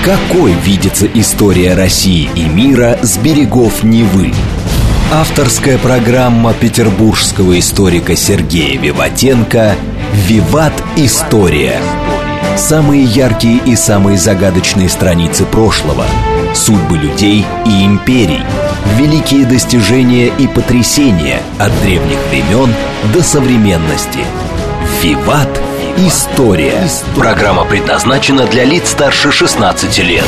Какой видится история России и мира с берегов Невы? Авторская программа петербургского историка Сергея Виватенко «Виват. История». Самые яркие и самые загадочные страницы прошлого, судьбы людей и империй, великие достижения и потрясения от древних времен до современности. «Виват. История». Программа предназначена для лиц старше 16 лет.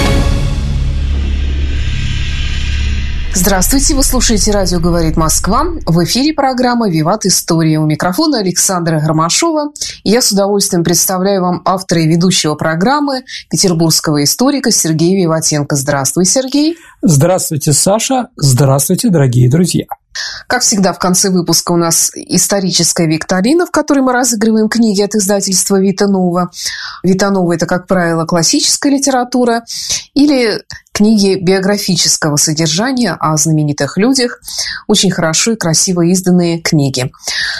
Здравствуйте, вы слушаете «Радио говорит Москва». В эфире программа «Виват. История». У микрофона Александра Громашова. И я с удовольствием представляю вам автора и ведущего программы, петербургского историка Сергея Виватенко. Здравствуй, Сергей. Здравствуйте, Саша. Здравствуйте, дорогие друзья. Как всегда, в конце выпуска у нас историческая викторина, в которой мы разыгрываем книги от издательства «Витанова». «Витанова» – это, как правило, классическая литература или книги биографического содержания о знаменитых людях. Очень хорошо и красиво изданные книги.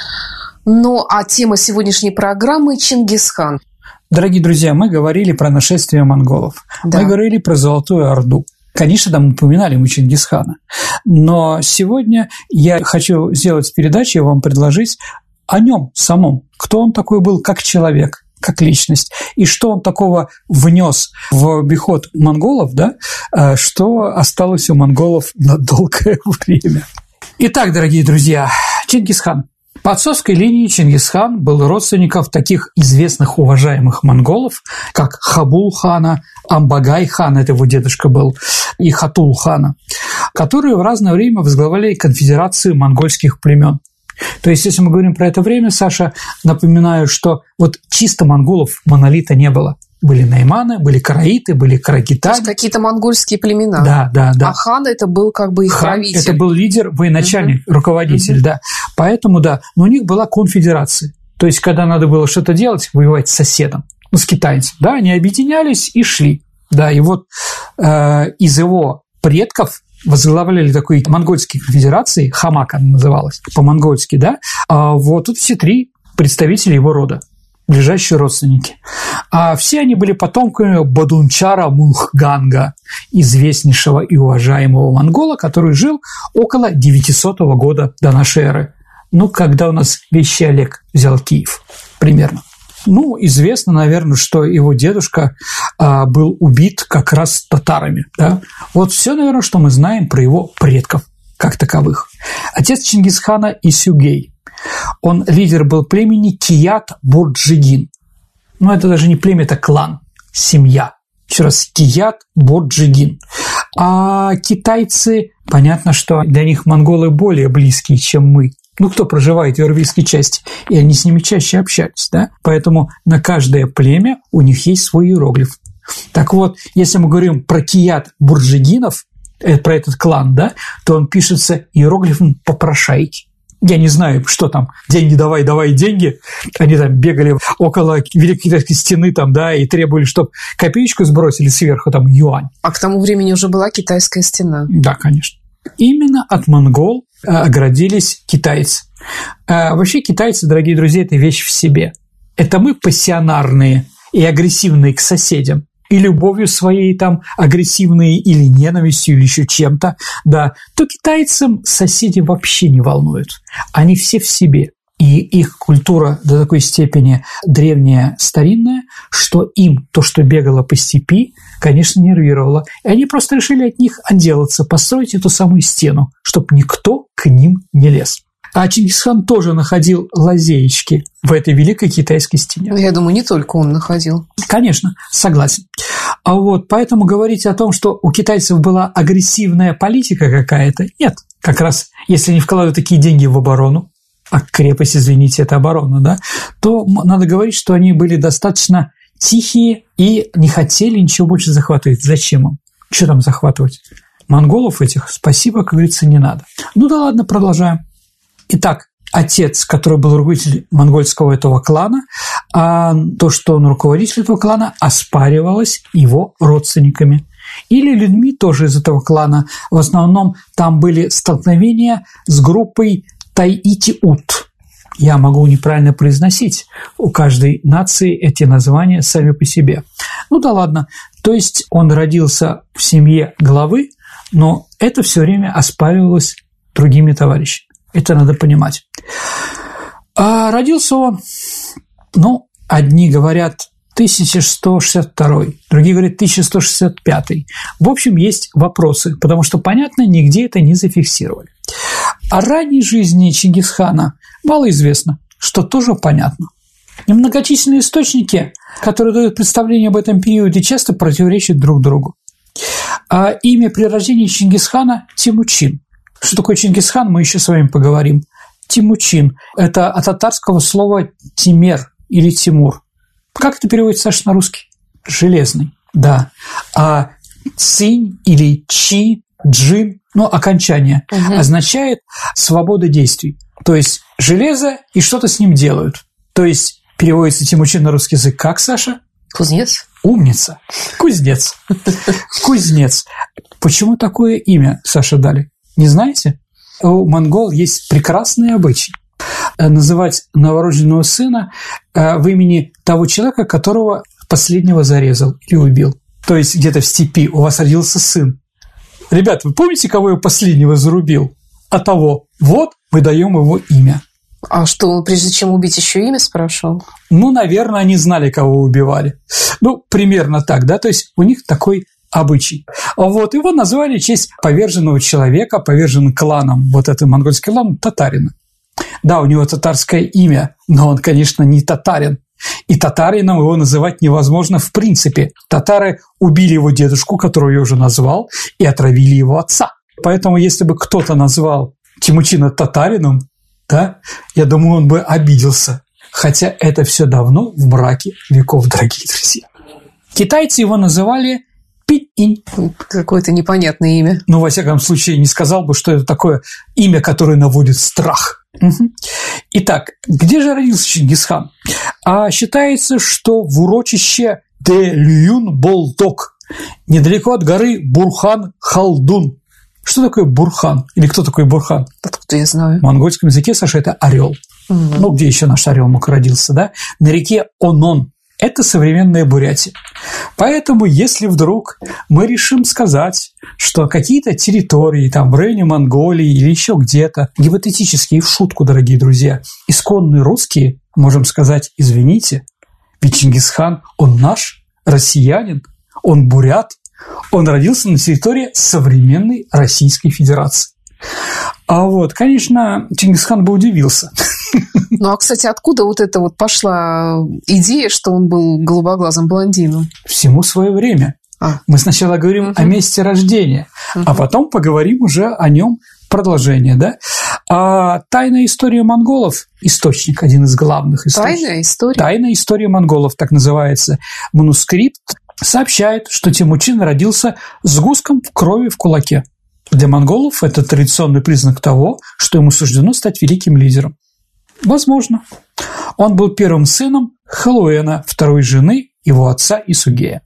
Ну, а тема сегодняшней программы – Чингисхан. Дорогие друзья, мы говорили про нашествие монголов. Да. Мы говорили про Золотую Орду. Конечно, там упоминали мы Чингисхана. Но сегодня я хочу сделать передачу и вам предложить о нем самом. Кто он такой был как человек, как личность, и что он такого внес в обиход монголов, да, что осталось у монголов на долгое время. Итак, дорогие друзья, Чингисхан. По отцовской линии Чингисхан был родственником таких известных, уважаемых монголов, как Хабул-хана, Амбагай-хан, это его дедушка был, и Хатул-хана, которые в разное время возглавляли конфедерацию монгольских племен. То есть, если мы говорим про это время, Саша, напоминаю, что вот чисто монголов монолита не было. Были найманы, были караиты, были карагитане. То есть какие-то монгольские племена. Да. А хан это был как бы их правитель. Это был лидер, военачальник, руководитель, да. Поэтому, да, но у них была конфедерация. То есть, когда надо было что-то делать, воевать с соседом, с китайцем, да, они объединялись и шли. Да, и вот из его предков возглавляли такой монгольской конфедерации, Хамак она называлась, по-монгольски, да, вот тут все три представителя его рода, ближайшие родственники. А все они были потомками Бадунчара Мулхганга, известнейшего и уважаемого монгола, который жил около 900 года до нашей эры. Ну, когда у нас Вещий Олег взял Киев, примерно. Ну, известно, наверное, что его дедушка был убит как раз татарами. Да? Вот все, наверное, что мы знаем про его предков как таковых. Отец Чингисхана Исюгей. Он лидер был племени Кият-Борджигин. Ну, это даже не племя, это клан, семья. Еще раз, Кият-Борджигин. А китайцы, понятно, что для них монголы более близкие, чем мы. Ну, кто проживает в европейской части, и они с ними чаще общались, да? Поэтому на каждое племя у них есть свой иероглиф. Так вот, если мы говорим про Кият-Борджигинов, про этот клан, да, то он пишется иероглифом «попрошайки». Я не знаю, что там, деньги давай, деньги. Они там бегали около Великой Китайской стены там, да, и требовали, чтобы копеечку сбросили сверху, там, юань. А к тому времени уже была Китайская стена. Да, конечно. Именно от монгол оградились китайцы. Вообще китайцы, дорогие друзья, это вещь в себе. Это мы пассионарные и агрессивные к соседям. И любовью своей там агрессивные или ненавистью, или еще чем-то, да, то китайцам соседи вообще не волнуют. Они все в себе. И их культура до такой степени древняя, старинная, что им то, что бегало по степи, конечно, нервировало. И они просто решили от них отделаться, построить эту самую стену, чтобы никто к ним не лез. А Чингисхан тоже находил лазеечки в этой великой китайской стене. Я думаю, не только он находил. Конечно, согласен. А вот поэтому говорить о том, что у китайцев была агрессивная политика какая-то, нет. Как раз если они вкладывают такие деньги в оборону, а крепость, извините, это оборона, да, то надо говорить, что они были достаточно тихие и не хотели ничего больше захватывать. Зачем им? Что там захватывать? Монголов этих, спасибо, как говорится, не надо. Ну да ладно, продолжаем. Итак, отец, который был руководитель монгольского этого клана, а то, что он руководитель этого клана, оспаривалось его родственниками. Или людьми тоже из этого клана. В основном там были столкновения с группой Тайити-Ут. я могу неправильно произносить. У каждой нации эти названия сами по себе. Ну да ладно. То есть он родился в семье главы, но это все время оспаривалось другими товарищами. Это надо понимать. А родился он, одни говорят 1162, другие говорят 1165. В общем, есть вопросы, потому что, понятно, нигде это не зафиксировали. О ранней жизни Чингисхана мало известно, что тоже понятно. Немногочисленные источники, которые дают представление об этом периоде, часто противоречат друг другу. А имя при рождении Чингисхана – Темучин. Что такое Чингисхан, мы еще с вами поговорим. Темучин – это от татарского слова «тимер» или «тимур». Как это переводится, Саша, на русский? Железный, да. А цинь или чи, джин, окончание, означает свобода действий. То есть железо и что-то с ним делают. То есть переводится Темучин на русский язык как, Саша? Кузнец. Умница. Кузнец. Кузнец. Почему такое имя, Саша, дали? Не знаете? У монгол есть прекрасный обычай называть новорожденного сына в имени того человека, которого последнего зарезал или убил. То есть где-то в степи у вас родился сын. Ребят, вы помните, кого я последнего зарубил? А того. Вот мы даем его имя. А что, он прежде чем убить, еще имя спрашивал? Наверное, они знали, кого убивали. Примерно так, да? То есть у них такой обычай. Вот, его назвали в честь поверженного человека, поверженным кланом, вот этим монгольским кланом, татарина. Да, у него татарское имя, но он, конечно, не татарин. И татарином его называть невозможно в принципе. Татары убили его дедушку, которого я уже назвал, и отравили его отца. Поэтому, если бы кто-то назвал Темучина татарином, да, я думаю, он бы обиделся. Хотя это все давно в мраке веков, дорогие друзья. Китайцы его называли Пинь-инь. Какое-то непонятное имя. Во всяком случае, не сказал бы, что это такое имя, которое наводит страх. Итак, где же родился Чингисхан? Считается, что в урочище Де-Лююн-Болдок, недалеко от горы Бурхан-Халдун. Что такое Бурхан? Или кто такой Бурхан? Откуда я знаю? В монгольском языке, Саша, это орел. Где еще наш орел мог родиться, да? На реке Онон. Это современная Бурятия. Поэтому, если вдруг мы решим сказать, что какие-то территории там в районе Монголии или еще где-то, гипотетически и в шутку, дорогие друзья, исконные русские, можем сказать, извините, ведь Чингисхан, он наш, россиянин, он бурят, он родился на территории современной Российской Федерации. Конечно, Чингисхан бы удивился. Кстати, откуда вот эта вот пошла идея, что он был голубоглазым блондином? Всему свое время. Мы сначала говорим о месте рождения, а потом поговорим уже о нем продолжение, да? Тайная история монголов, источник, один из главных источников. Тайная история? Тайная история монголов, так называется манускрипт, сообщает, что Темучин родился с гуском в крови в кулаке. Для монголов это традиционный признак того, что ему суждено стать великим лидером. Возможно. Он был первым сыном Халуэна, второй жены его отца Исугея.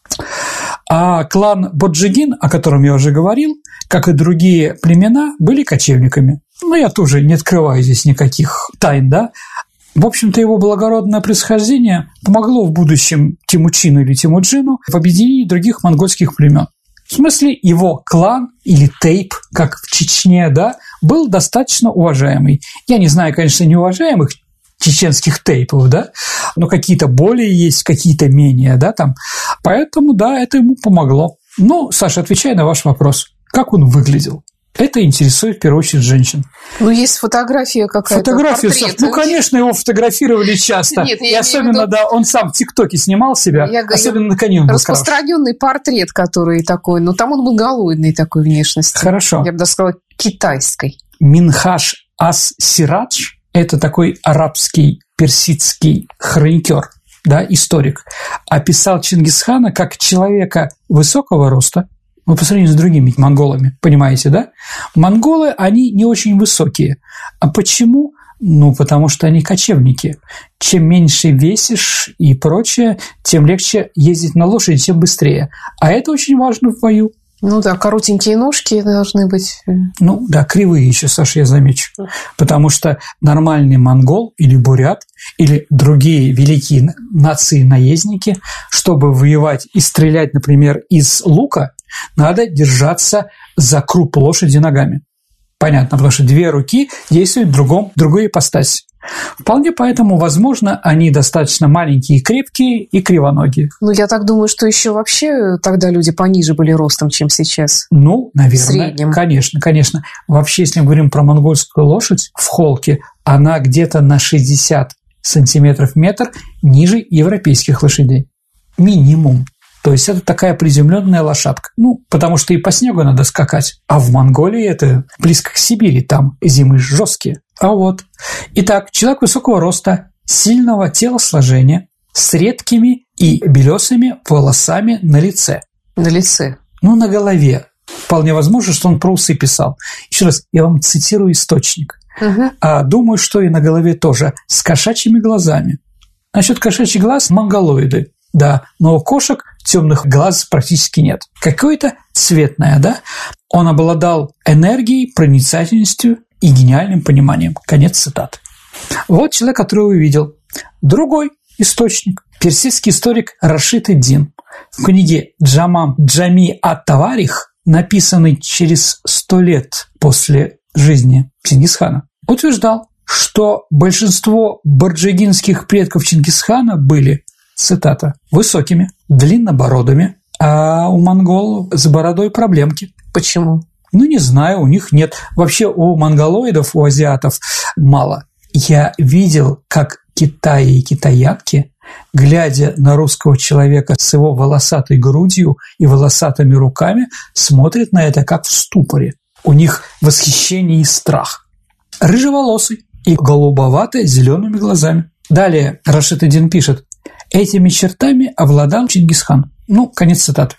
А клан Боджигин, о котором я уже говорил, как и другие племена, были кочевниками. Я тоже не открываю здесь никаких тайн, да. В общем-то, его благородное происхождение помогло в будущем Темучину или Темуджину в объединении других монгольских племен. В смысле, его клан или тейп, как в Чечне, да, был достаточно уважаемый. Я не знаю, конечно, неуважаемых чеченских тейпов, да, но какие-то более есть, какие-то менее, да, там. Поэтому, да, это ему помогло. Саша, отвечая на ваш вопрос, как он выглядел? Это интересует, в первую очередь, женщин. Есть фотография какая-то. Фотографию, конечно, его фотографировали часто. Нет, и особенно, да, он сам в ТикТоке снимал себя, особенно на коне он был распространенный портрет, который такой, там он был голодный такой внешности. Хорошо. Я бы даже сказала, китайской. Минхаж ас-Сирадж – это такой арабский, персидский хроникер, да, историк, описал Чингисхана как человека высокого роста, по сравнению с другими монголами, понимаете, да? Монголы, они не очень высокие. А почему? Потому что они кочевники. Чем меньше весишь и прочее, тем легче ездить на лошади, тем быстрее. А это очень важно в бою. Ну да, коротенькие ножки должны быть. Ну да, кривые еще, Саша, я замечу. Потому что нормальный монгол или бурят, или другие великие нации-наездники, чтобы воевать и стрелять, например, из лука, надо держаться за круп лошади ногами. Понятно, потому что две руки действуют в другой ипостаси. Вполне поэтому, возможно, они достаточно маленькие, крепкие и кривоногие. Ну, я так думаю, что еще вообще тогда люди пониже были ростом, чем сейчас. Ну, наверное, в среднем. Конечно. Вообще, если мы говорим про монгольскую лошадь в холке, она где-то на 60 сантиметров метр ниже европейских лошадей. Минимум. То есть это такая приземленная лошадка. Ну, потому что и по снегу надо скакать. А в Монголии это близко к Сибири, там зимы жесткие. А вот. Итак, человек высокого роста, сильного телосложения, с редкими и белесыми волосами на лице. На лице? Ну, на голове. Вполне возможно, что он про усы писал. Еще раз, я вам цитирую источник. А думаю, что и на голове тоже, с кошачьими глазами. Насчет кошачьих глаз – монголоиды. Да, но у кошек темных глаз практически нет. Какое-то цветное, да? Он обладал энергией, проницательностью и гениальным пониманием. Конец цитаты. Вот человек, которого увидел. Другой источник. Персидский историк Рашид ад-Дин в книге «Джами ат-Таварих», написанной через 100 лет после жизни Чингисхана, утверждал, что большинство барджигинских предков Чингисхана были, цитата, высокими, длиннобородыми, а у монгол с бородой проблемки. Почему? Ну, не знаю, у них нет. Вообще у монголоидов, у азиатов мало. Я видел, как китаи и китаянки, глядя на русского человека с его волосатой грудью и волосатыми руками, смотрят на это как в ступоре. У них восхищение и страх. Рыжеволосый и голубовато-зелеными глазами. Далее Рашид ад-Дин пишет: этими чертами обладал Чингисхан. Ну, конец цитаты.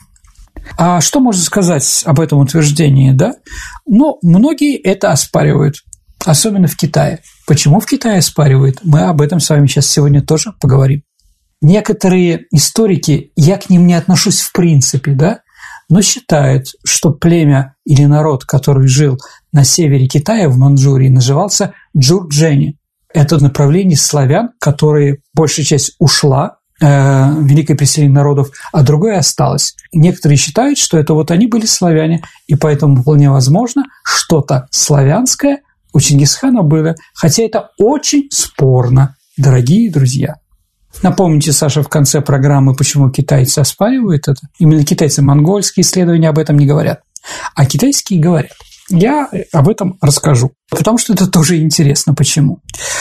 А что можно сказать об этом утверждении, да? Ну, многие это оспаривают, особенно в Китае. Почему в Китае оспаривают? Мы об этом с вами сейчас сегодня тоже поговорим. Некоторые историки, я к ним не отношусь в принципе, да, но считают, что племя или народ, который жил на севере Китая, в Манчжурии, назывался джурджени. Это направление славян, которые большая часть ушла, великое переселение народов, а другое осталось. Некоторые считают, что это вот они были славяне, и поэтому вполне возможно, что-то славянское у Чингисхана было, хотя это очень спорно, дорогие друзья. Напомните, Саша, в конце программы, почему китайцы оспаривают это. Именно китайцы, монгольские исследования об этом не говорят, а китайские говорят. Я об этом расскажу, потому что это тоже интересно. Почему?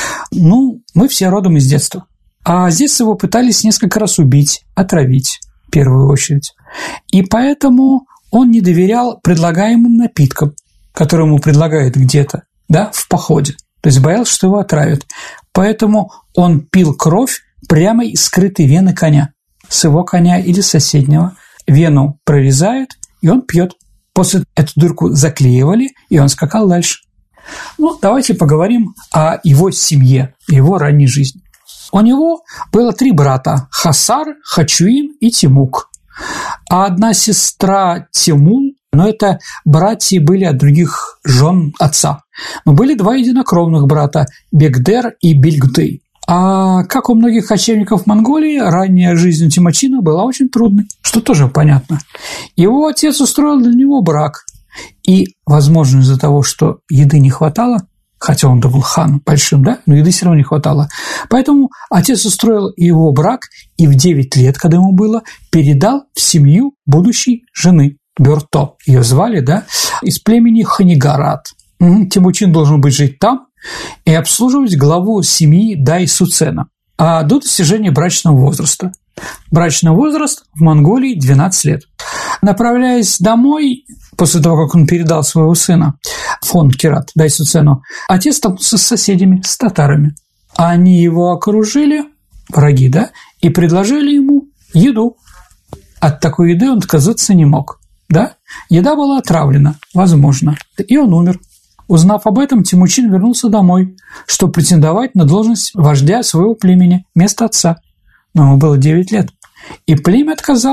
Ну, мы все родом из детства. А с детства его пытались несколько раз убить, отравить, в первую очередь. И поэтому он не доверял предлагаемым напиткам, которые ему предлагают где-то, да, в походе. То есть боялся, что его отравят. Поэтому он пил кровь прямо из скрытой вены коня. С его коня или соседнего. Вену прорезают, и он пьет. После эту дырку заклеивали, и он скакал дальше. Ну, давайте поговорим о его семье, его ранней жизни. У него было 3 брата – Хасар, Хачуин и Тимук. А одна сестра Тимул, но это братья были от других жен отца. Но были 2 единокровных брата – Бегдер и Бильгдей. А как у многих кочевников Монголии, ранняя жизнь Тимочина была очень трудной, что тоже понятно. Его отец устроил для него брак. И, возможно, из-за того, что еды не хватало, хотя он был хан большим, да, но еды все равно не хватало. Поэтому отец устроил его брак и в 9 лет, когда ему было, передал в семью будущей жены Бёрто. Ее звали, да, из племени Ханигарат. Тимучин должен быть жить там и обслуживать главу семьи Дай-Суцена, а до достижения брачного возраста. Брачный возраст в Монголии 12 лет. Направляясь домой, после того, как он передал своего сына фон Кират Дай-Суцену, отец столкнулся с соседями, с татарами. Они его окружили, враги, да, и предложили ему еду. От такой еды он отказаться не мог, да. Еда была отравлена, возможно, и он умер. Узнав об этом, Тимучин вернулся домой, чтобы претендовать на должность вождя своего племени вместо отца. Но ему было 9 лет. И племя отказалось,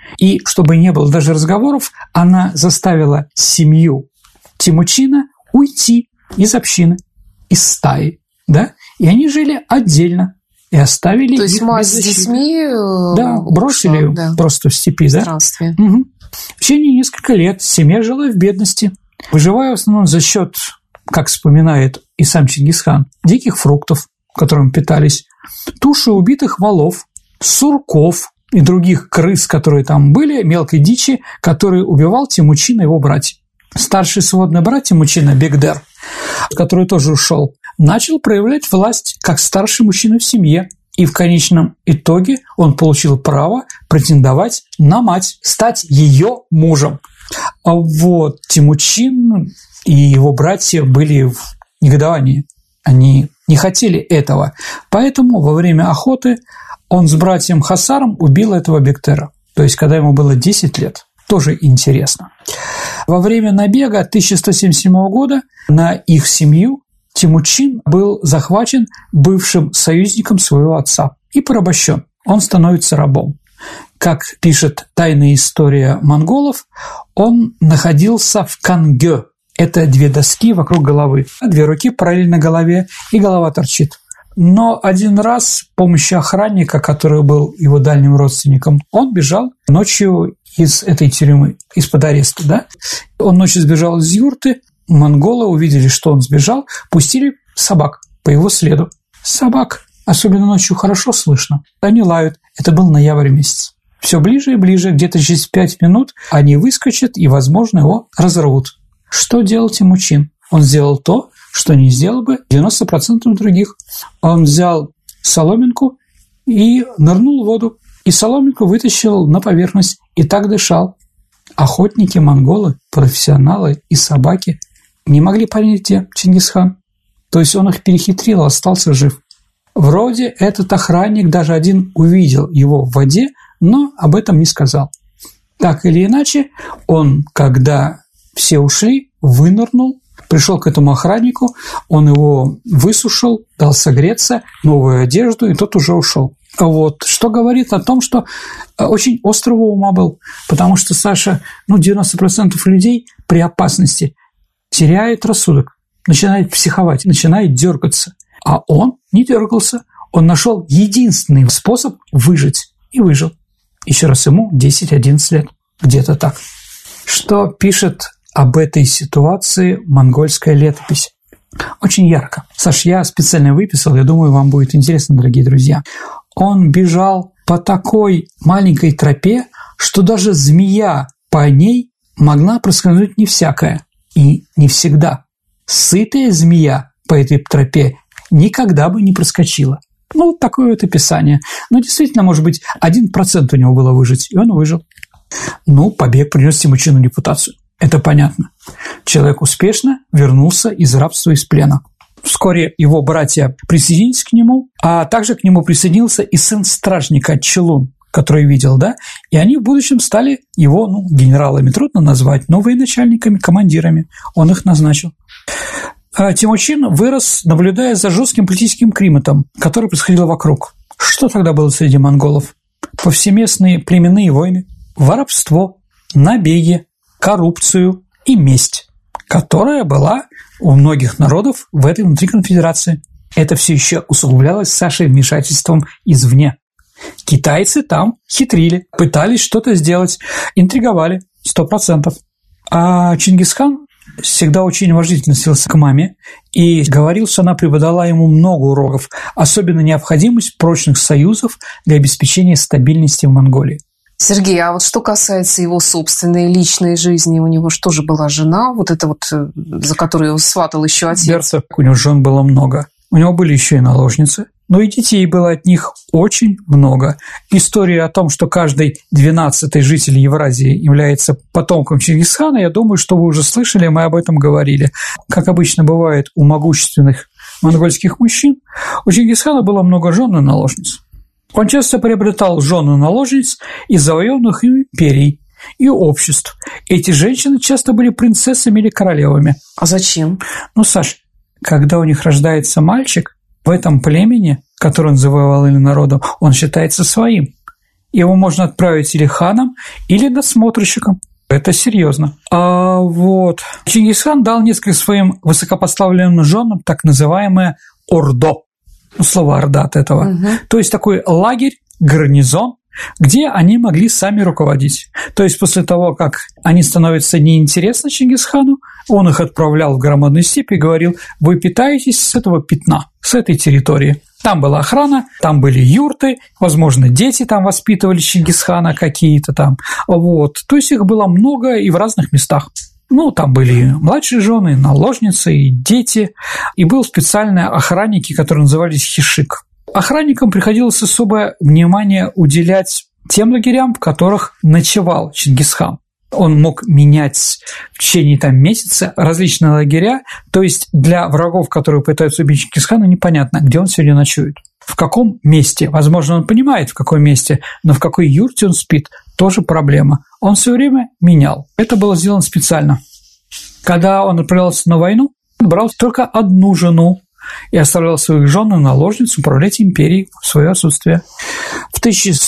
И чтобы не было даже разговоров, она заставила семью Темучина уйти из общины, из стаи, да? И они жили отдельно и оставили их. То есть мать с детьми бросили ушла, просто в степи, да? Странствие. Угу. В течение нескольких лет семья жила в бедности, выживая в основном за счет, как вспоминает и сам Чингисхан, диких фруктов, которым питались, туши убитых волов, сурков и других крыс, которые там были, мелкой дичи, которые убивал Темучин и его братья. Старший сводный брат Темучина, Бегдер, который тоже ушел, начал проявлять власть как старший мужчина в семье, и в конечном итоге он получил право претендовать на мать, стать ее мужем. А вот Темучин и его братья были в негодовании. Они не хотели этого. Поэтому во время охоты он с братьем Хасаром убил этого Бегдера. То есть, когда ему было 10 лет. Тоже интересно. Во время набега 1177 года на их семью Темучин был захвачен бывшим союзником своего отца и порабощен. Он становится рабом. Как пишет «Тайная история монголов», он находился в канге. Это 2 доски вокруг головы, 2 руки параллельно голове, и голова торчит. Но один раз с помощью охранника, который был его дальним родственником, он бежал ночью из этой тюрьмы, из-под ареста, да? Он ночью сбежал из юрты, монголы увидели, что он сбежал, пустили собак по его следу. Собак, особенно ночью, хорошо слышно. Они лают. Это был ноябрь месяц. Все ближе и ближе, где-то через 5 минут они выскочат и, возможно, его разорвут. Что делал Темучин? Он сделал то, что не сделал бы 90% других. Он взял соломинку и нырнул в воду, и соломинку вытащил на поверхность, и так дышал. Охотники-монголы, профессионалы и собаки не могли понять, где Чингисхан. То есть он их перехитрил, остался жив. Вроде этот охранник даже один увидел его в воде, но об этом не сказал. Так или иначе, он, когда все ушли, вынырнул, пришел к этому охраннику, он его высушил, дал согреться, новую одежду, и тот уже ушел. Вот. Что говорит о том, что очень острого ума был, потому что, Саша, 90% людей при опасности теряет рассудок, начинает психовать, начинает дергаться. А он не дергался, он нашел единственный способ выжить и выжил. Еще раз, ему 10-11 лет, где-то так. Что пишет об этой ситуации монгольская летопись? Очень ярко. Саш, я специально выписал, я думаю, вам будет интересно, дорогие друзья. Он бежал по такой маленькой тропе, что даже змея по ней могла проскользнуть не всякая. И не всегда. Сытая змея по этой тропе никогда бы не проскочила. Вот такое вот описание. Но действительно, может быть, 1% у него было выжить, и он выжил. Побег принес Темучину репутацию. Это понятно. Человек успешно вернулся из рабства, из плена. Вскоре его братья присоединились к нему, а также к нему присоединился и сын стражника Челун, который видел, да, и они в будущем стали его, генералами трудно назвать, но военачальниками, командирами. Он их назначил. Темучин вырос, наблюдая за жестким политическим климатом, который происходил вокруг. Что тогда было среди монголов? Повсеместные племенные войны, воровство, набеги, коррупцию и месть, которая была у многих народов в этой внутри конфедерации. Это все еще усугублялось Сашей вмешательством извне. Китайцы там хитрили, пытались что-то сделать, интриговали 100%. А Чингисхан всегда очень уважительно относился к маме и говорил, что она преподала ему много уроков, особенно необходимость прочных союзов для обеспечения стабильности в Монголии. Сергей, а вот что касается его собственной личной жизни, у него что же была жена, за которую его сватал еще отец? Берца, у него жен было много. У него были еще и наложницы, но и детей было от них очень много. История о том, что каждый 12-й житель Евразии является потомком Чингисхана, я думаю, что вы уже слышали, мы об этом говорили. Как обычно бывает у могущественных монгольских мужчин, у Чингисхана было много жен и наложниц. Он часто приобретал жен и наложниц из завоеванных империй и обществ. Эти женщины часто были принцессами или королевами. А зачем? Саш, когда у них рождается мальчик, в этом племени, который он завоевал или народом, он считается своим. его можно отправить или ханом, или надсмотрщиком. Это серьезно. Чингисхан дал несколько своим высокопоставленным женам так называемое ордо. Слово орда от этого. То есть такой лагерь, гарнизон, где они могли сами руководить. То есть после того, как они становятся неинтересны Чингисхану, он их отправлял в громадную степь и говорил: вы питаетесь с этого пятна, с этой территории. Там была охрана, там были юрты, возможно, дети там воспитывали Чингисхана какие-то там. То есть их было много и в разных местах. Там были младшие жены, наложницы и дети. И были специальные охранники, которые назывались хишик. Охранникам приходилось особое внимание уделять тем лагерям, в которых ночевал Чингисхан. Он мог менять в течение месяца различные лагеря, то есть для врагов, которые пытаются убить Чингисхана, непонятно, где он сегодня ночует, в каком месте. Возможно, он понимает, в каком месте, но в какой юрте он спит, тоже проблема. Он все время менял. Это было сделано специально. Когда он отправлялся на войну, он брал только одну жену и оставлял своих жен и наложниц управлять империей в свое отсутствие. В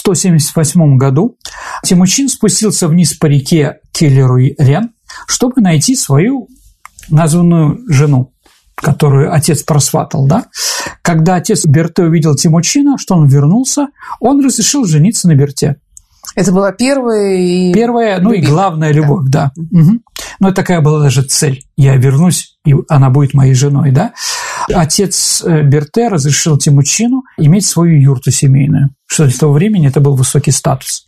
1178 году Темучин спустился вниз по реке Келеруй-Рен, чтобы найти свою названную жену, которую отец просватал. Когда отец Берте увидел Темучина, что он вернулся, он разрешил жениться на Берте. Это была первая и главная любовь, да. Но такая была даже цель. Я вернусь, и она будет моей женой, да. Отец Берте разрешил Темучину иметь свою юрту семейную, что для того времени это был высокий статус.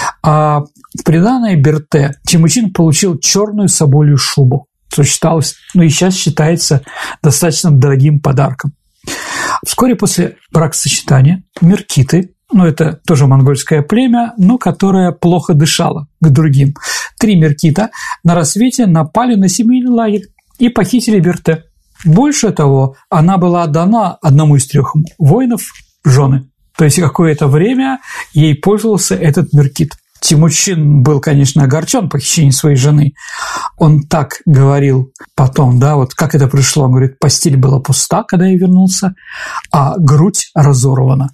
А в приданое Берте Темучин получил черную соболью шубу, что считалось, и сейчас считается достаточно дорогим подарком. Вскоре после бракосочетания меркиты, это тоже монгольское племя, но которое плохо дышало к другим, 3 меркита на рассвете напали на семейный лагерь и похитили Берте. Больше того, она была отдана одному из 3 воинов в жены. То есть какое-то время ей пользовался этот меркит. Темучин был, конечно, огорчен похищением своей жены. Он так говорил потом, как это пришло. Он говорит: постель была пуста, когда я вернулся, а грудь разорвана.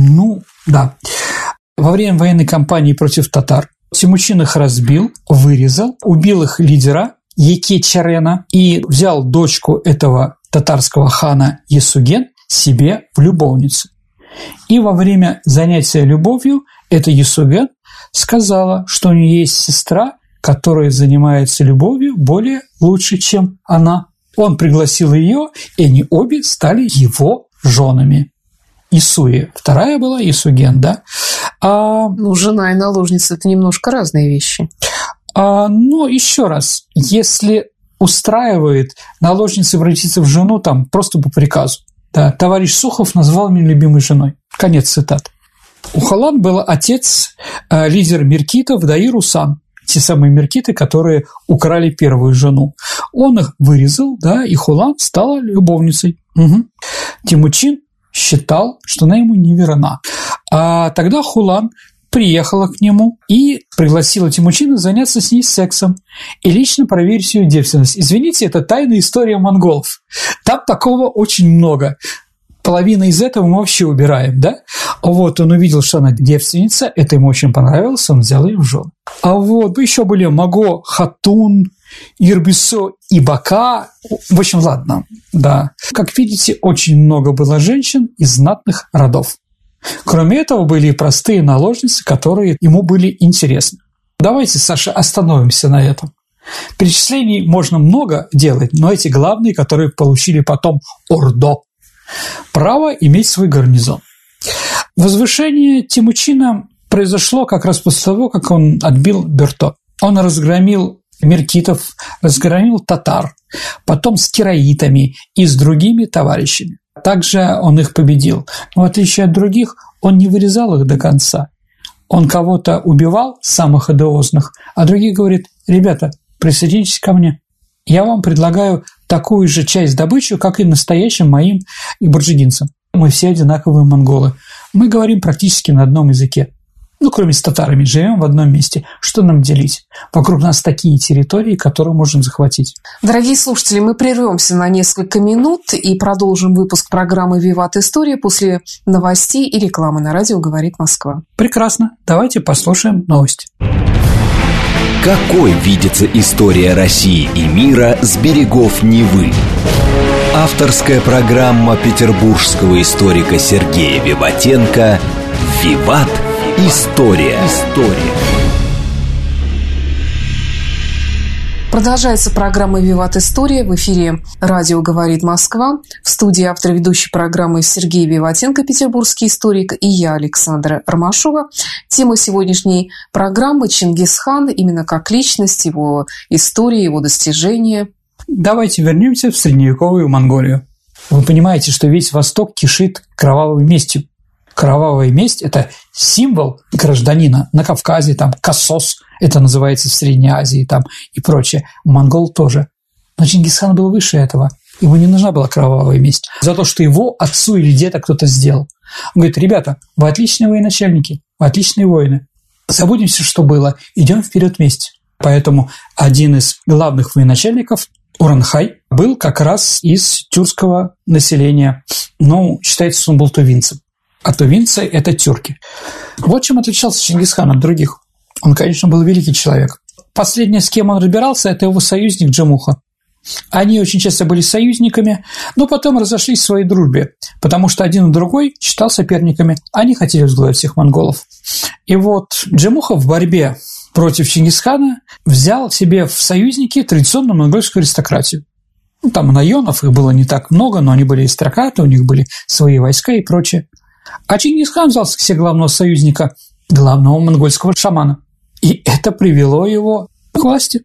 Во время военной кампании против татар Темучин их разбил, вырезал, убил их лидера Екечарена и взял дочку этого татарского хана Есуген себе в любовницы. И во время занятия любовью эта Есуген сказала, что у нее есть сестра, которая занимается любовью лучше, чем она. Он пригласил ее, и они обе стали его женами. Исуи. Вторая была Есуген, да. Жена и наложница – это немножко разные вещи. Еще раз, если устраивает наложница превратиться в жену просто по приказу. Да, товарищ Сухов назвал меня любимой женой. Конец цитаты. У Халан был отец, лидер меркитов Даир Усан, те самые меркиты, которые украли первую жену. Он их вырезал, и Хулан стала любовницей. Темучин считал, что она ему не верна. А тогда Хулан приехала к нему и пригласила Темучина заняться с ней сексом и лично проверить ее девственность. Извините, это тайная история монголов. Там такого очень много. Половина из этого мы вообще убираем, да? Он увидел, что она девственница, это ему очень понравилось, он взял ее в жены. Еще были Маго, Хатун, Ирбисо и Бака. В общем, ладно, да. Как видите, очень много было женщин из знатных родов. Кроме этого, были и простые наложницы, которые ему были интересны. Давайте, Саша, остановимся на этом. Перечислений можно много делать, но эти главные, которые получили потом ордо. Право иметь свой гарнизон. Возвышение Темучина произошло как раз после того, как он отбил Берто. Он разгромил меркитов, разгромил татар, потом с кираитами и с другими товарищами. Также он их победил. Но в отличие от других, он не вырезал их до конца. Он кого-то убивал, самых одиозных, а других говорит: ребята, присоединитесь ко мне. Я вам предлагаю такую же часть добычи, как и настоящим моим и бурджигинцам. Мы все одинаковые монголы. Мы говорим практически на одном языке. кроме с татарами, живем в одном месте. Что нам делить? Вокруг нас такие территории, которые можем захватить. Дорогие слушатели, мы прервемся на несколько минут и продолжим выпуск программы «Виват. История» после новостей и рекламы на радио «Говорит Москва». Прекрасно. Давайте послушаем новости. Какой видится история России и мира с берегов Невы? Авторская программа петербургского историка Сергея Виватенко «Виват. История». Продолжается программа «Виват. История». В эфире радио «Говорит Москва». В студии автор ведущей программы Сергей Виватенко, петербургский историк, и я, Александра Ромашова. Тема сегодняшней программы – Чингисхан, именно как личность, его история, его достижения. Давайте вернемся в средневековую Монголию. Вы понимаете, что весь Восток кишит кровавой местью. Кровавая месть – это символ гражданина на Кавказе, там Кассос, это называется в Средней Азии там, и прочее. Монгол тоже. Но Чингисхан был выше этого. Ему не нужна была кровавая месть за то, что его отцу или деда кто-то сделал. Он говорит: ребята, вы отличные военачальники, вы отличные воины. Забудем все, что было, идем вперед вместе. Поэтому один из главных военачальников, Уранхай, был как раз из тюркского населения. Считается, что он был тувинцем. А тувинцы – это тюрки. Вот чем отличался Чингисхан от других. Он, конечно, был великий человек. Последнее, с кем он разбирался, это его союзник Джамуха. Они очень часто были союзниками, но потом разошлись в своей дружбе, потому что один и другой считал соперниками. Они хотели возглавить всех монголов. И вот Джамуха в борьбе против Чингисхана взял себе в союзники традиционную монгольскую аристократию. Там наёнов, их было не так много, но они были аристократы, у них были свои войска и прочее. А Чингисхан взял себе главного союзника, главного монгольского шамана. И это привело его к власти.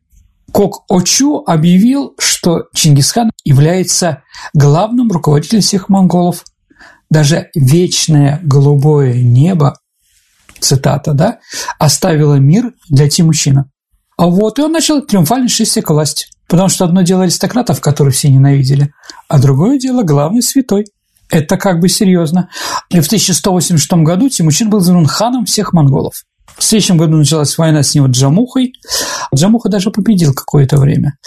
Кок-Очу объявил, что Чингисхан является главным руководителем всех монголов. Даже вечное голубое небо, цитата, да, оставило мир для Тимучина. И он начал триумфальное шествие к власти. Потому что одно дело аристократов, которых все ненавидели, а другое дело главный святой. Это как бы серьезно. И в 1186 году Тимучин был избран ханом всех монголов. В следующем году началась война с него Джамухой. Джамуха даже победил какое-то время.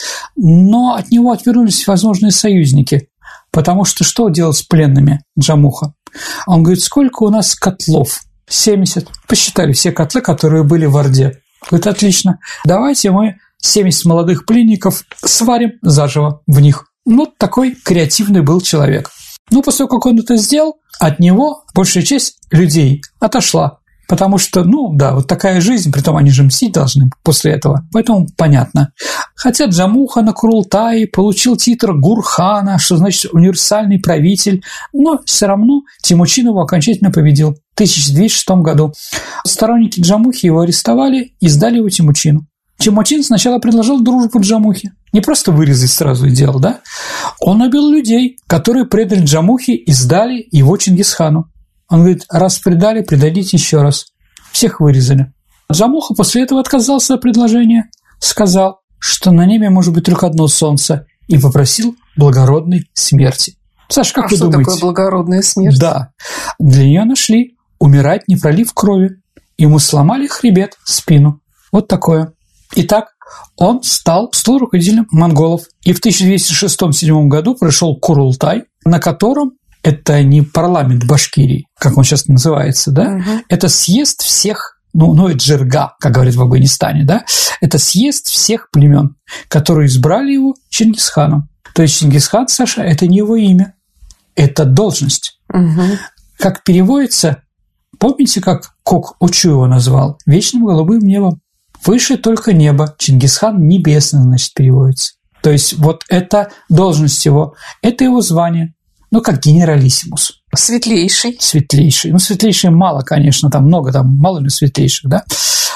Но от него отвернулись возможные союзники. Потому что делать с пленными Джамуха? Он говорит: сколько у нас котлов? 70. Посчитали все котлы, которые были в Орде. Говорит: отлично. Давайте мы 70 молодых пленников сварим заживо в них. Такой креативный был человек. После того, как он это сделал, от него большая часть людей отошла. Потому что, вот такая жизнь, притом они же мстить должны после этого. Поэтому понятно. Хотя Джамуха на Курултае получил титул Гурхана, что значит универсальный правитель, но все равно Тимучин его окончательно победил в 1206 году. Сторонники Джамухи его арестовали и сдали его Тимучину. Тимучин сначала предложил дружбу Джамухе. Не просто вырезать сразу и делал, да? Он набил людей, которые предали Джамухе и сдали его Чингисхану. Он говорит: раз предали, предадите еще раз. Всех вырезали. Джамуха после этого отказался от предложения, сказал, что на небе может быть только одно солнце, и попросил благородной смерти. Саша, как вы думаете? Что такое благородная смерть? Да. Для нее нашли умирать, не пролив крови. Ему сломали хребет, спину. Вот такое. Итак, он стал руководителем монголов. И в 1206-1207 году прошел Курултай, на котором это не парламент Башкирии, как он сейчас называется, да? Угу. Это съезд всех, это джирга, как говорят в Афганистане, да? Это съезд всех племен, которые избрали его Чингисханом. То есть Чингисхан, Саша, это не его имя, это должность. Угу. Как переводится, помните, как Кок-Очу его назвал? Вечным голубым небом. Выше только небо. Чингисхан небесный, значит, переводится. То есть вот это должность его, это его звание. Как генералиссимус. Светлейший. Светлейший. Светлейший мало, конечно, там много, мало ли светлейших, да.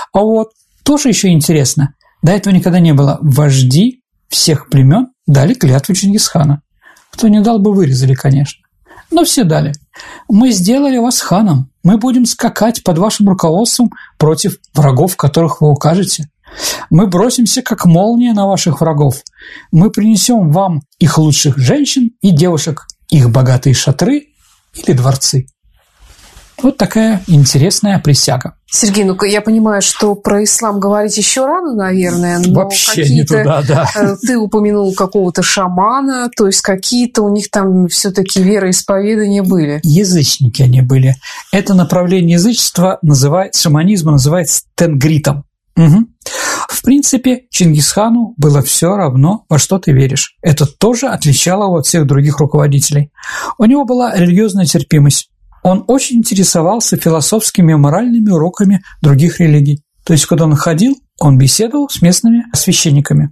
Тоже еще интересно. До этого никогда не было. Вожди всех племен дали клятву Чингисхана. Кто не дал бы, вырезали, конечно. Но все дали. Мы сделали вас ханом. Мы будем скакать под вашим руководством против врагов, которых вы укажете. Мы бросимся, как молния, на ваших врагов. Мы принесем вам их лучших женщин и девушек, их богатые шатры или дворцы. Вот такая интересная присяга. Сергей, ну я понимаю, что про ислам говорить еще рано, наверное, но вообще не туда, да. Ты упомянул какого-то шамана, то есть какие-то у них там все-таки вероисповедания были. Язычники они были. Это направление язычества шаманизма называется тенгритом. Угу. В принципе, Чингисхану было все равно, во что ты веришь. Это тоже отличало его от всех других руководителей. У него была религиозная терпимость. Он очень интересовался философскими и моральными уроками других религий. То есть, когда он ходил, он беседовал с местными священниками.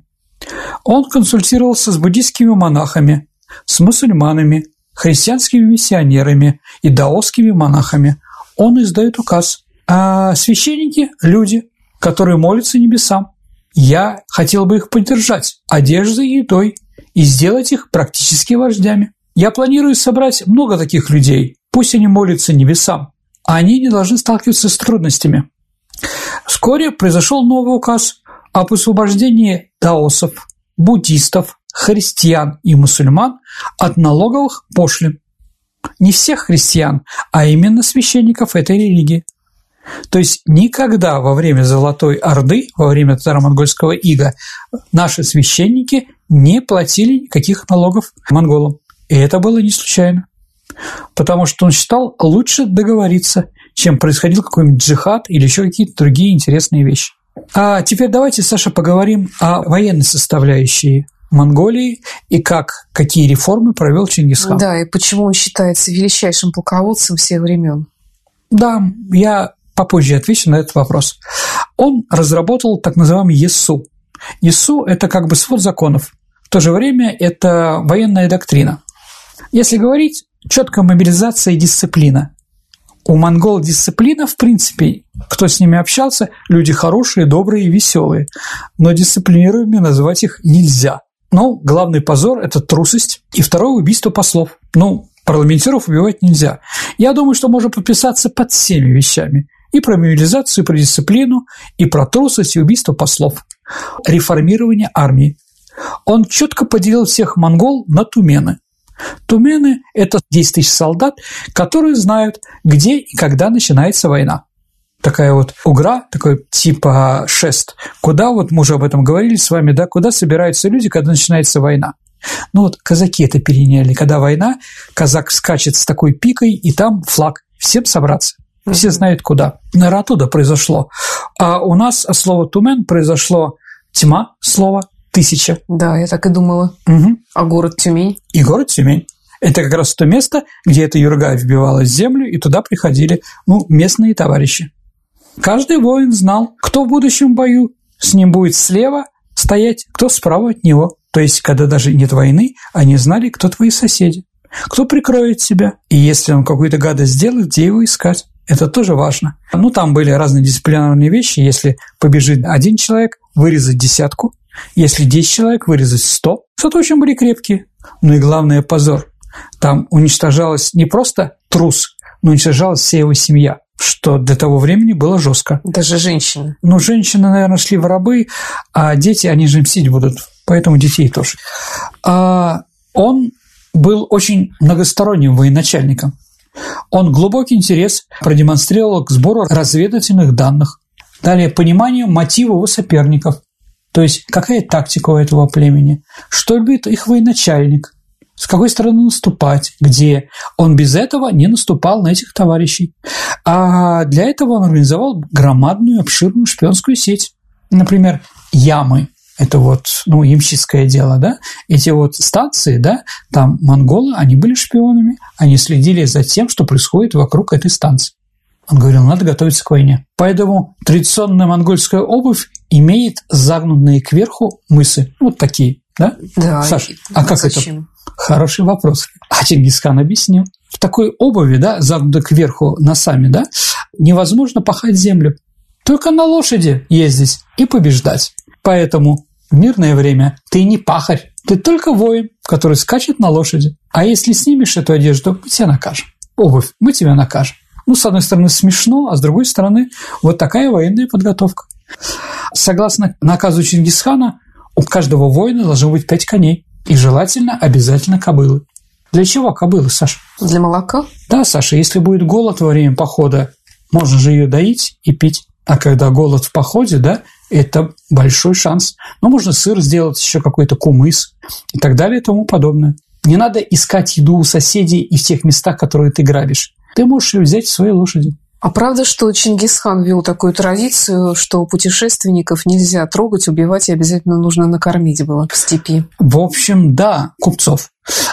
Он консультировался с буддийскими монахами, с мусульманами, христианскими миссионерами и даосскими монахами. Он издает указ. А священники – люди, которые молятся небесам. Я хотел бы их поддержать одеждой и едой и сделать их практически вождями. Я планирую собрать много таких людей. Пусть они молятся небесам, а они не должны сталкиваться с трудностями. Вскоре произошел новый указ об освобождении даосов, буддистов, христиан и мусульман от налоговых пошлин. Не всех христиан, а именно священников этой религии. То есть никогда во время Золотой Орды, во время татаро-монгольского ига, наши священники не платили никаких налогов монголам. И это было не случайно. Потому что он считал лучше договориться, чем происходил какой-нибудь джихад или еще какие-то другие интересные вещи. А теперь давайте, Саша, поговорим о военной составляющей Монголии и какие реформы провел Чингисхан. Да, и почему он считается величайшим полководцем всех времен. Да, я попозже отвечу на этот вопрос. Он разработал так называемый ЕСУ. ЕСУ – это как бы свод законов. В то же время это военная доктрина. Если говорить, четкая мобилизация и дисциплина. У монгол дисциплина, в принципе, кто с ними общался, люди хорошие, добрые и веселые. Но дисциплинированными называть их нельзя. Но главный позор – это трусость. И второе – убийство послов. Парламентеров убивать нельзя. Я думаю, что можно подписаться под всеми вещами. И про мобилизацию, и про дисциплину, и про трусость, и убийство послов. Реформирование армии. Он четко поделил всех монгол на тумены. Тумены – это 10 тысяч солдат, которые знают, где и когда начинается война. Такая вот угра, такой типа шест, куда, вот мы уже об этом говорили с вами, да, куда собираются люди, когда начинается война. Казаки это переняли. Когда война, казак скачет с такой пикой, и там флаг. Всем собраться. Все знают, куда. Наверное, оттуда произошло. А у нас от слова «тумен» произошло «тьма» слово, 1000. Да, я так и думала. Угу. А город Тюмень? И город Тюмень. Это как раз то место, где эта юрга вбивалась в землю, и туда приходили местные товарищи. Каждый воин знал, кто в будущем бою с ним будет слева стоять, кто справа от него. То есть, когда даже нет войны, они знали, кто твои соседи, кто прикроет тебя. И если он какую-то гадость сделает, где его искать. Это тоже важно. Там были разные дисциплинарные вещи. Если побежит один человек, вырезать 10. Если 10 человек, вырезать 100. Что-то очень были крепкие. И главное – позор. Там уничтожалась не просто трус, но уничтожалась вся его семья, что для того времени было жестко. Даже женщины. Женщины, наверное, шли в рабы, а дети, они же мстить будут, поэтому детей тоже. Он был очень многосторонним военачальником. Он глубокий интерес продемонстрировал к сбору разведывательных данных. Далее, понимание мотива его соперников. То есть, какая тактика у этого племени, что любит их военачальник, с какой стороны наступать, где. Он без этого не наступал на этих товарищей. А для этого он организовал громадную, обширную шпионскую сеть. Например, ямы. Это ямщицкое дело, да? Эти станции, да, там монголы, они были шпионами, они следили за тем, что происходит вокруг этой станции. Он говорил, надо готовиться к войне. Поэтому традиционная монгольская обувь имеет загнутые кверху мысы. Такие, да? Да. Саша, а как зачем? Это? Хороший вопрос. А Чингисхан объяснил. В такой обуви, да, загнутой кверху носами, да, невозможно пахать землю. Только на лошади ездить и побеждать. Поэтому в мирное время ты не пахарь, ты только воин, который скачет на лошади. А если снимешь эту одежду, мы тебя накажем. Обувь, мы тебя накажем. С одной стороны, смешно, а с другой стороны, вот такая военная подготовка. Согласно наказу Чингисхана, у каждого воина должно быть 5 коней. И желательно обязательно кобылы. Для чего кобылы, Саша? Для молока? Да, Саша, если будет голод во время похода, можно же ее доить и пить. А когда голод в походе, да, это большой шанс. Но можно сыр сделать, еще какой-то кумыс и так далее и тому подобное. Не надо искать еду у соседей и в тех местах, которые ты грабишь. Ты можешь ее взять в своей лошади. А правда, что Чингисхан ввел такую традицию, что путешественников нельзя трогать, убивать и обязательно нужно накормить было в степи? В общем, да, купцов.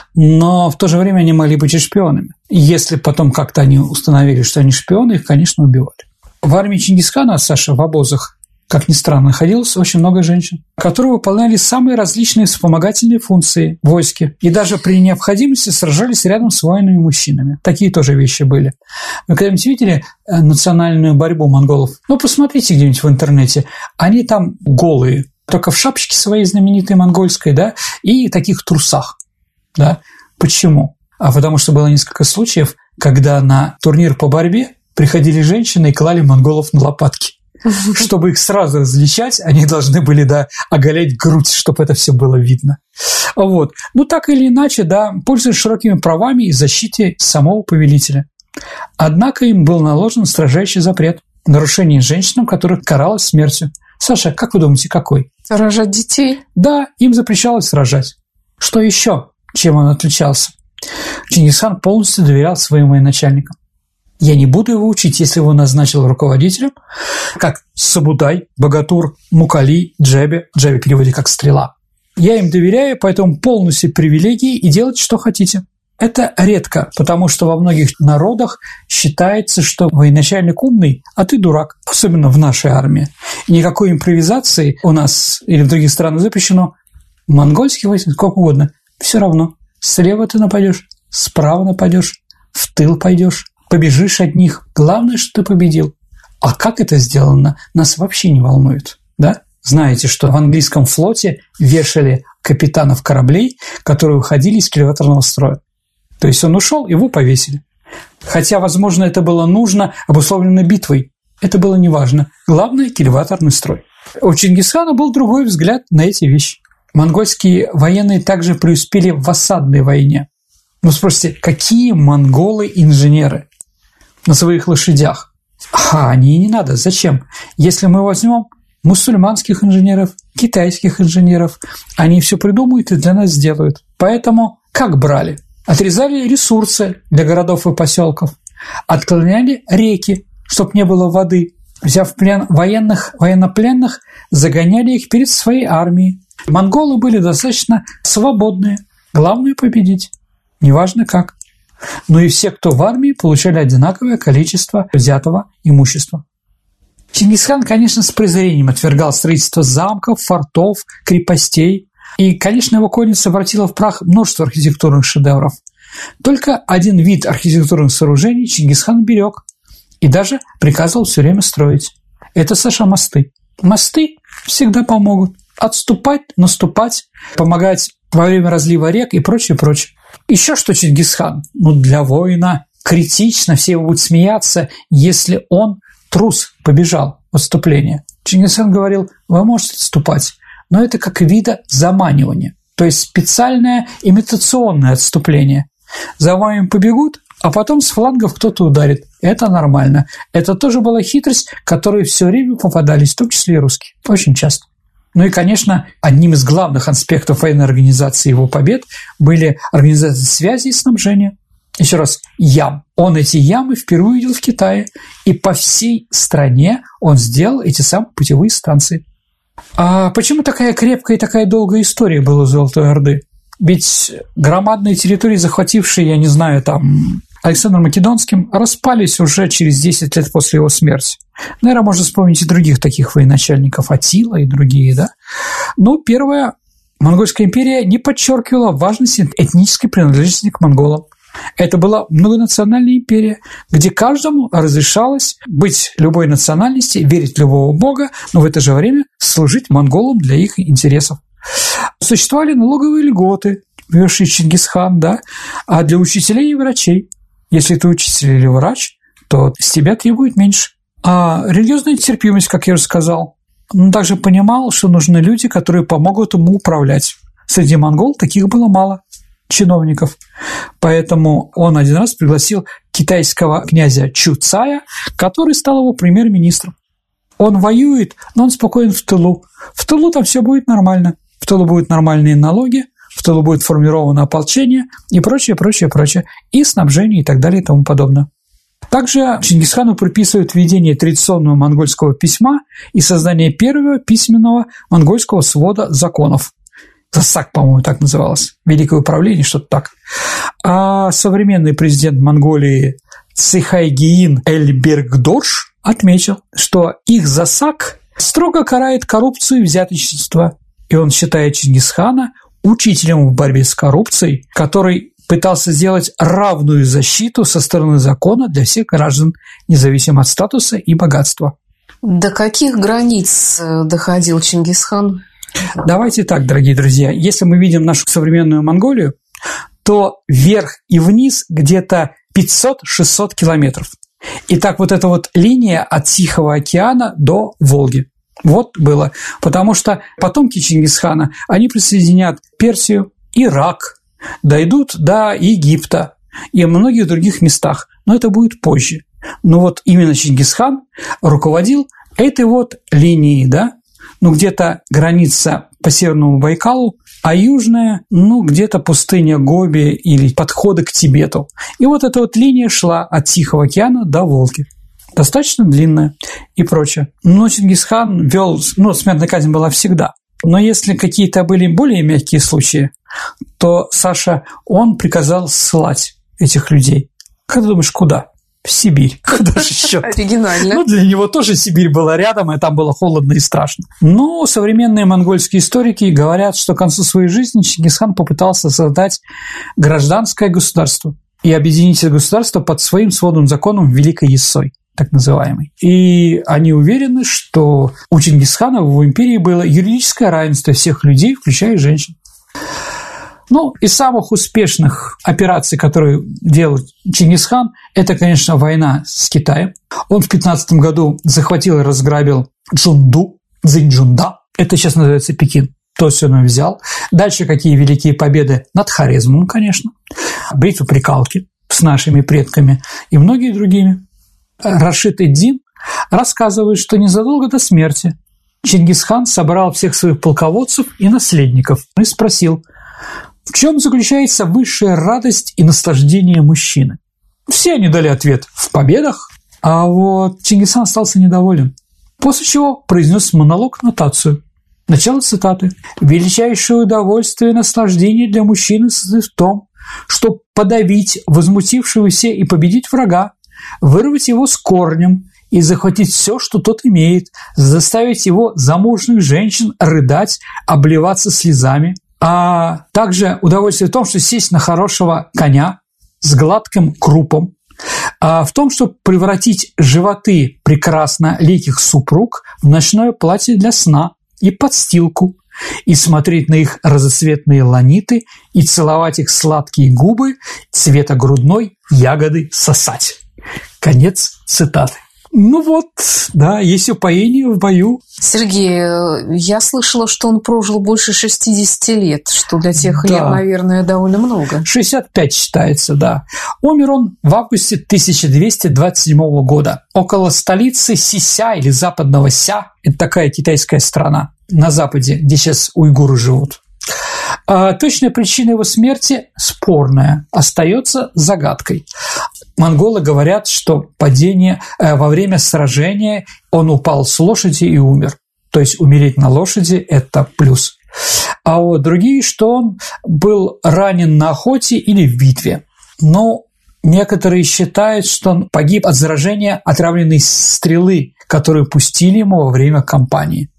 Но в то же время они могли быть и шпионами. Если потом как-то они установили, что они шпионы, их, конечно, убивали. В армии Чингисхана, Саша, в обозах, как ни странно, находилось очень много женщин, которые выполняли самые различные вспомогательные функции в войске и даже при необходимости сражались рядом с воинами мужчинами. Такие тоже вещи были. Вы когда-нибудь видели национальную борьбу монголов? Ну, посмотрите где-нибудь в интернете. Они там голые, только в шапочке своей знаменитой монгольской, да, и таких трусах. Да? Почему? А потому что было несколько случаев, когда на турнир по борьбе приходили женщины и клали монголов на лопатки. Чтобы их сразу различать, они должны были, да, оголять грудь, чтобы это все было видно. Вот. Ну, так или иначе, да, пользуясь широкими правами и защите самого повелителя. Однако им был наложен строжайший запрет – нарушение женщинам, которых каралось смертью. Саша, как вы думаете, какой? Рожать детей? Да, им запрещалось рожать. Что еще? Чем он отличался? Чингисхан полностью доверял своим военачальникам. Я не буду его учить, если его назначил руководителем, как Сабудай, Богатур, Мукали, Джебе. Джебе в переводе как «стрела». Я им доверяю, поэтому полностью привилегии и делайте, что хотите. Это редко, потому что во многих народах считается, что военачальник умный, а ты дурак, особенно в нашей армии. И никакой импровизации у нас или в других странах запрещено. В монгольских войсках как угодно. Все равно. Слева ты нападешь, справа нападешь, в тыл пойдешь. Побежишь от них. Главное, что ты победил. А как это сделано, нас вообще не волнует. Да? Знаете, что в английском флоте вешали капитанов кораблей, которые уходили из кильваторного строя. То есть он ушел, его повесили. Хотя, возможно, это было нужно, обусловлено битвой. Это было неважно. Главное – кильваторный строй. У Чингисхана был другой взгляд на эти вещи. Монгольские военные также преуспели в осадной войне. Вы спросите, какие монголы-инженеры на своих лошадях? Они не надо. Зачем? Если мы возьмем мусульманских инженеров, китайских инженеров, они все придумают и для нас сделают. Поэтому как брали? Отрезали ресурсы для городов и поселков, отклоняли реки, чтобы не было воды, взяв в плен военнопленных, загоняли их перед своей армией. Монголы были достаточно свободные. Главное – победить. Неважно как. Но и все, кто в армии, получали одинаковое количество взятого имущества. Чингисхан, конечно, с презрением отвергал строительство замков, фортов, крепостей. И, конечно, его конница обратила в прах множество архитектурных шедевров. Только один вид архитектурных сооружений Чингисхан берег и даже приказывал все время строить. Это, Саша, мосты. Мосты всегда помогут. Отступать, наступать, помогать во время разлива рек и прочее, прочее. Еще что Чингисхан? Для воина критично, все его будут смеяться, если он трус побежал в отступление. Чингисхан говорил, вы можете отступать, но это как вида заманивания, то есть специальное имитационное отступление. За вами побегут, а потом с флангов кто-то ударит. Это нормально. Это тоже была хитрость, которой все время попадались, в том числе и русские. Очень часто. Ну и, конечно, одним из главных аспектов военной организации его побед были организация связи и снабжения. Еще раз, ям. Он эти ямы впервые увидел в Китае, и по всей стране он сделал эти самые путевые станции. А почему такая крепкая и такая долгая история была у Золотой Орды? Ведь громадные территории, захватившие, я не знаю, там, Александром Македонским, распались уже через 10 лет после его смерти. Наверное, можно вспомнить и других таких военачальников, Аттила и другие, да? Но первая Монгольская империя не подчеркивала важности этнической принадлежности к монголам. Это была многонациональная империя, где каждому разрешалось быть любой национальности, верить в любого бога, но в это же время служить монголам для их интересов. Существовали налоговые льготы, ввёвший Чингисхан, да, а для учителей и врачей. Если ты учитель или врач, то с тебя требуют меньше. А религиозная терпимость, как я уже сказал, он также понимал, что нужны люди, которые помогут ему управлять. Среди монгол таких было мало. чиновников. Поэтому он один раз пригласил китайского князя Чу Цая, который стал его премьер-министром. Он воюет, но он спокоен в тылу. В тылу там все будет нормально. В тылу будут нормальные налоги, в тылу будет формировано ополчение и прочее, прочее, прочее. И снабжение и так далее и тому подобное. Также Чингисхану приписывают введение традиционного монгольского письма и создание первого письменного монгольского свода законов. Засак, по-моему, так называлось. Великое управление, что-то так. А современный президент Монголии Цихайгиин Эльбергдорш отметил, что их засак строго карает коррупцию и взяточничество. И он считает Чингисхана учителем в борьбе с коррупцией, который пытался сделать равную защиту со стороны закона для всех граждан, независимо от статуса и богатства. До каких границ доходил Чингисхан? Давайте так, дорогие друзья, если мы видим нашу современную Монголию, то вверх и вниз где-то 500-600 километров. Итак, вот эта вот линия от Тихого океана до Волги. Вот было. Потому что потомки Чингисхана, они присоединят Персию, Ирак, дойдут до Египта и многих других местах. Но это будет позже. Но вот именно Чингисхан руководил этой вот линией, да? Ну, где-то граница по Северному Байкалу, а южная, ну, где-то пустыня Гоби или подходы к Тибету. И вот эта вот линия шла от Тихого океана до Волги. Достаточно длинная и прочее. Но Чингисхан вел, смертная казнь была всегда. Но если какие-то были более мягкие случаи, то, Саша, он приказал ссылать этих людей. Как ты думаешь, куда? В Сибирь. Куда же еще? Оригинально. Ну, для него тоже Сибирь была рядом, и там было холодно и страшно. Но современные монгольские историки говорят, что к концу своей жизни Чингисхан попытался создать гражданское государство и объединить это государство под своим сводным законом Великой Ессой, так называемый. И они уверены, что у Чингисхана в его империи было юридическое равенство всех людей, включая женщин. Ну, из самых успешных операций, которые делал Чингисхан, это, конечно, война с Китаем. Он в 15 году захватил и разграбил Джунду, Цзиньчжунда. Это сейчас называется Пекин. То есть он взял. Дальше какие великие победы над Хорезмом, конечно. Битва при Калке с нашими предками и многими другими. Рашид ад-Дин рассказывает, что незадолго до смерти Чингисхан собрал всех своих полководцев и наследников и спросил, в чем заключается высшая радость и наслаждение мужчины? Все они дали ответ – в победах, а вот Чингисхан остался недоволен. После чего произнес монолог-нотацию. Начало цитаты. «Величайшее удовольствие и наслаждение для мужчины состоит в том, чтобы подавить возмутившегося и победить врага, вырвать его с корнем и захватить все, что тот имеет, заставить его замужних женщин рыдать, обливаться слезами, а также удовольствие в том, что сесть на хорошего коня с гладким крупом, а в том, чтобы превратить животы прекрасно ликих супруг в ночное платье для сна и подстилку, и смотреть на их разноцветные ланиты, и целовать их сладкие губы, цвета грудной ягоды сосать». Конец цитаты. Ну вот, да, есть упоение в бою. Сергей, я слышала, что он прожил больше 60 лет, что для тех лет, наверное, довольно много. 65 считается, да. Умер он в августе 1227 года. Около столицы Сися или западного Ся, это такая китайская страна на западе, где сейчас уйгуры живут. Точная причина его смерти спорная, остается загадкой. Монголы говорят, что падение во время сражения он упал с лошади и умер. То есть умереть на лошади – это плюс. А вот другие, что он был ранен на охоте или в битве. Но некоторые считают, что он погиб от заражения отравленной стрелы, которую пустили ему во время кампании.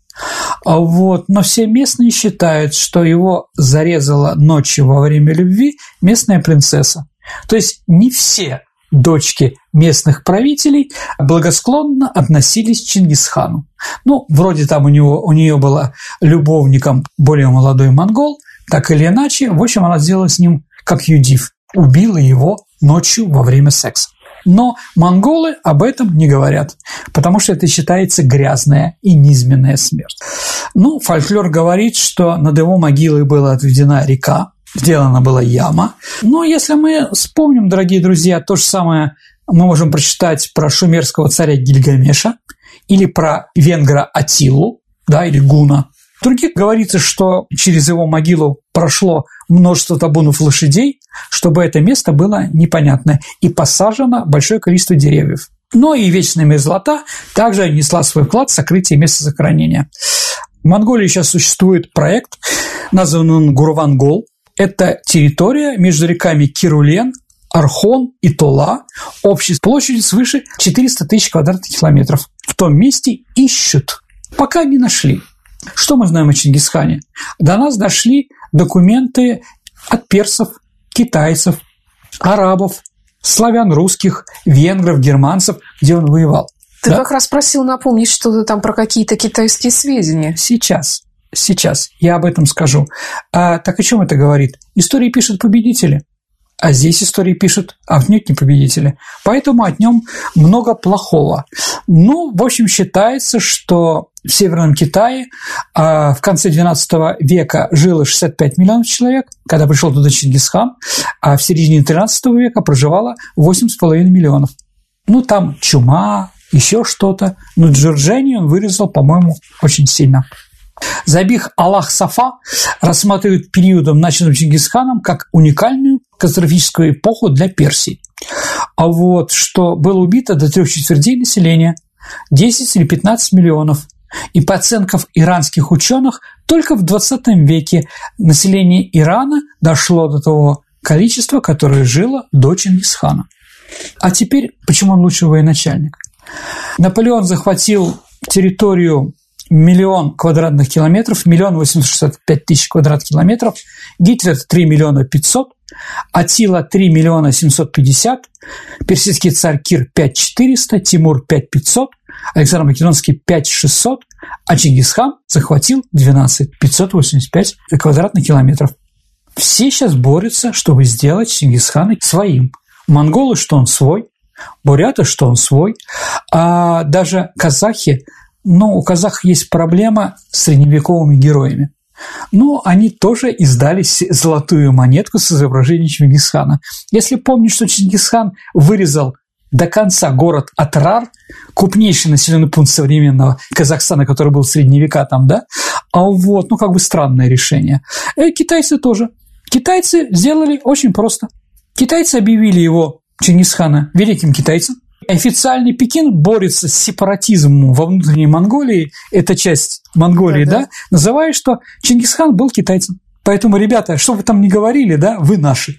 Вот. Но все местные считают, что его зарезала ночью во время любви местная принцесса. То есть не все дочки местных правителей благосклонно относились к Чингисхану. Ну, вроде там у нее была любовником более молодой монгол, так или иначе, в общем, она сделала с ним как Юдив, убила его ночью во время секса. Но монголы об этом не говорят, потому что это считается грязная и низменная смерть. Ну, фольклор говорит, что над его могилой была отведена река, сделана была яма. Но если мы вспомним, дорогие друзья, то же самое мы можем прочитать про шумерского царя Гильгамеша или про венгра Атилу, да, или Гуна. В других говорится, что через его могилу прошло множество табунов лошадей, чтобы это место было непонятное, и посажено большое количество деревьев. Но и вечная мерзлота также внесла свой вклад в сокрытие места захоронения. В Монголии сейчас существует проект, назван он Гурвангол. Это территория между реками Кирулен, Архон и Тола, общей площадью свыше 400 тысяч квадратных километров. В том месте ищут, пока не нашли. Что мы знаем о Чингисхане? До нас дошли документы от персов, китайцев, арабов, славян русских, венгров, германцев, где он воевал. Ты как раз просил напомнить что-то там про какие-то китайские сведения. Сейчас я об этом скажу. Так о чем это говорит? Истории пишут победители. А здесь истории пишут отнюдь не победители. Поэтому от нем много плохого. Ну, в общем, считается, что в Северном Китае в конце XII века жило 65 миллионов человек, когда пришел туда Чингисхан, а в середине XIII века проживало 8,5 миллионов. Ну, там чума, еще что-то. Но Джорджини он вырезал, по-моему, очень сильно. Забих Аллах-Сафа рассматривает периодом, начатым Чингисханом, как уникальную катастрофическую эпоху для Персии. А вот что было убито до 3/4 населения, 10 или 15 миллионов. И по оценкам иранских ученых, только в 20 веке население Ирана дошло до того количества, которое жило до Чингисхана. А теперь, почему он лучший военачальник? Наполеон захватил территорию 1 миллион квадратных километров, 1 865 000 квадратных километров, Гитлер 3 500 000, Аттила 3 750 000, персидский царь Кир 5400, Тимур 5500, Александр Македонский 5600, а Чингисхан захватил 12 585 квадратных километров. Все сейчас борются, чтобы сделать Чингисхана своим. Монголы, что он свой, буряты, что он свой, а даже казахи. Но у казахов есть проблема с средневековыми героями. Но они тоже издали золотую монетку с изображением Чингисхана. Если помнить, что Чингисхан вырезал до конца город Атрар, крупнейший населенный пункт современного Казахстана, который был в средние века там, да? А вот, странное решение. Китайцы тоже. Китайцы сделали очень просто. Китайцы объявили его, Чингисхана, великим китайцем. Официальный Пекин борется с сепаратизмом во внутренней Монголии, это часть Монголии, да, называя, что Чингисхан был китайцем. Поэтому, ребята, что вы там ни говорили, да, вы наши.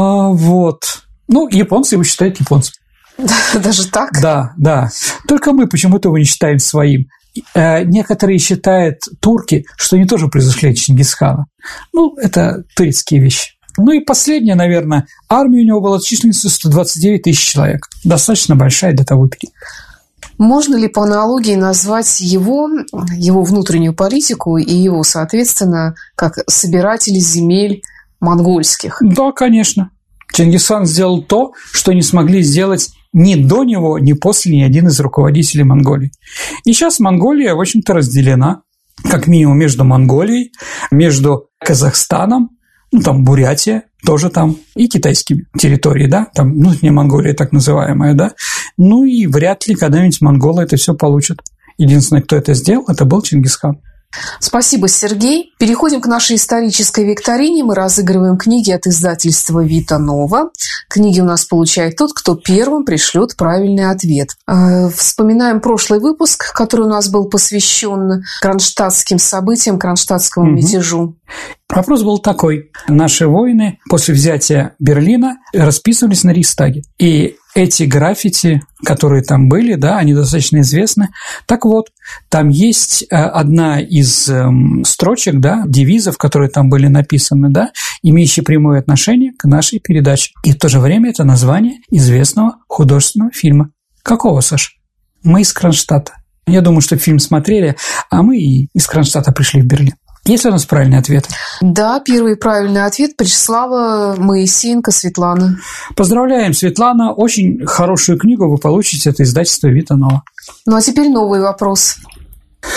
Японцы его считают японцем. Даже так? Да. Только мы почему-то его не считаем своим. Некоторые считают, турки, что они тоже произошли от Чингисхана. Это турецкие вещи. И последнее, наверное, армия у него была численностью 129 000 человек. Достаточно большая для того периода. Можно ли по аналогии назвать его внутреннюю политику и его, соответственно, как собиратель земель монгольских? Да, конечно. Чингисхан сделал то, что не смогли сделать ни до него, ни после ни один из руководителей Монголии. И сейчас Монголия, в общем-то, разделена, как минимум, между Монголией, между Казахстаном, там Бурятия тоже там, и китайскими территории, да, там внутренняя Монголия так называемая, да, и вряд ли когда-нибудь монголы это все получат. Единственный, кто это сделал, это был Чингисхан. Спасибо, Сергей. Переходим к нашей исторической викторине. Мы разыгрываем книги от издательства «Вита Нова». Книги у нас получает тот, кто первым пришлет правильный ответ. Вспоминаем прошлый выпуск, который у нас был посвящен кронштадтским событиям, кронштадтскому мятежу. Вопрос был такой. Наши воины после взятия Берлина расписывались на Рейхстаге. И эти граффити, которые там были, да, они достаточно известны. Так вот, там есть одна из строчек, да, девизов, которые там были написаны, да, имеющие прямое отношение к нашей передаче. И в то же время это название известного художественного фильма. Какого, Саш? Мы из Кронштадта. Я думаю, что фильм смотрели, а мы и из Кронштадта пришли в Берлин. Есть ли у нас правильный ответ? Да, первый правильный ответ прислала Моисеенко Светлана. Поздравляем, Светлана. Очень хорошую книгу вы получите от издательства «Вита Нова». А теперь новый вопрос.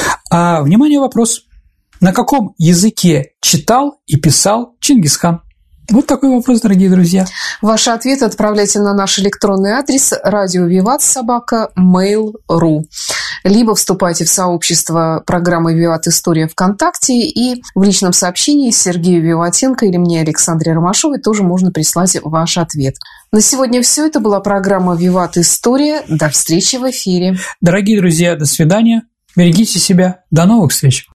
Внимание, вопрос. На каком языке читал и писал Чингисхан? Вот такой вопрос, дорогие друзья. Ваши ответы отправляйте на наш электронный адрес radiovivat@mail.ru, либо вступайте в сообщество программы «Виват. История» ВКонтакте, и в личном сообщении Сергею Виватенко или мне, Александре Ромашовой, тоже можно прислать ваш ответ. На сегодня все. Это была программа «Виват. История». До встречи в эфире. Дорогие друзья, до свидания. Берегите себя. До новых встреч.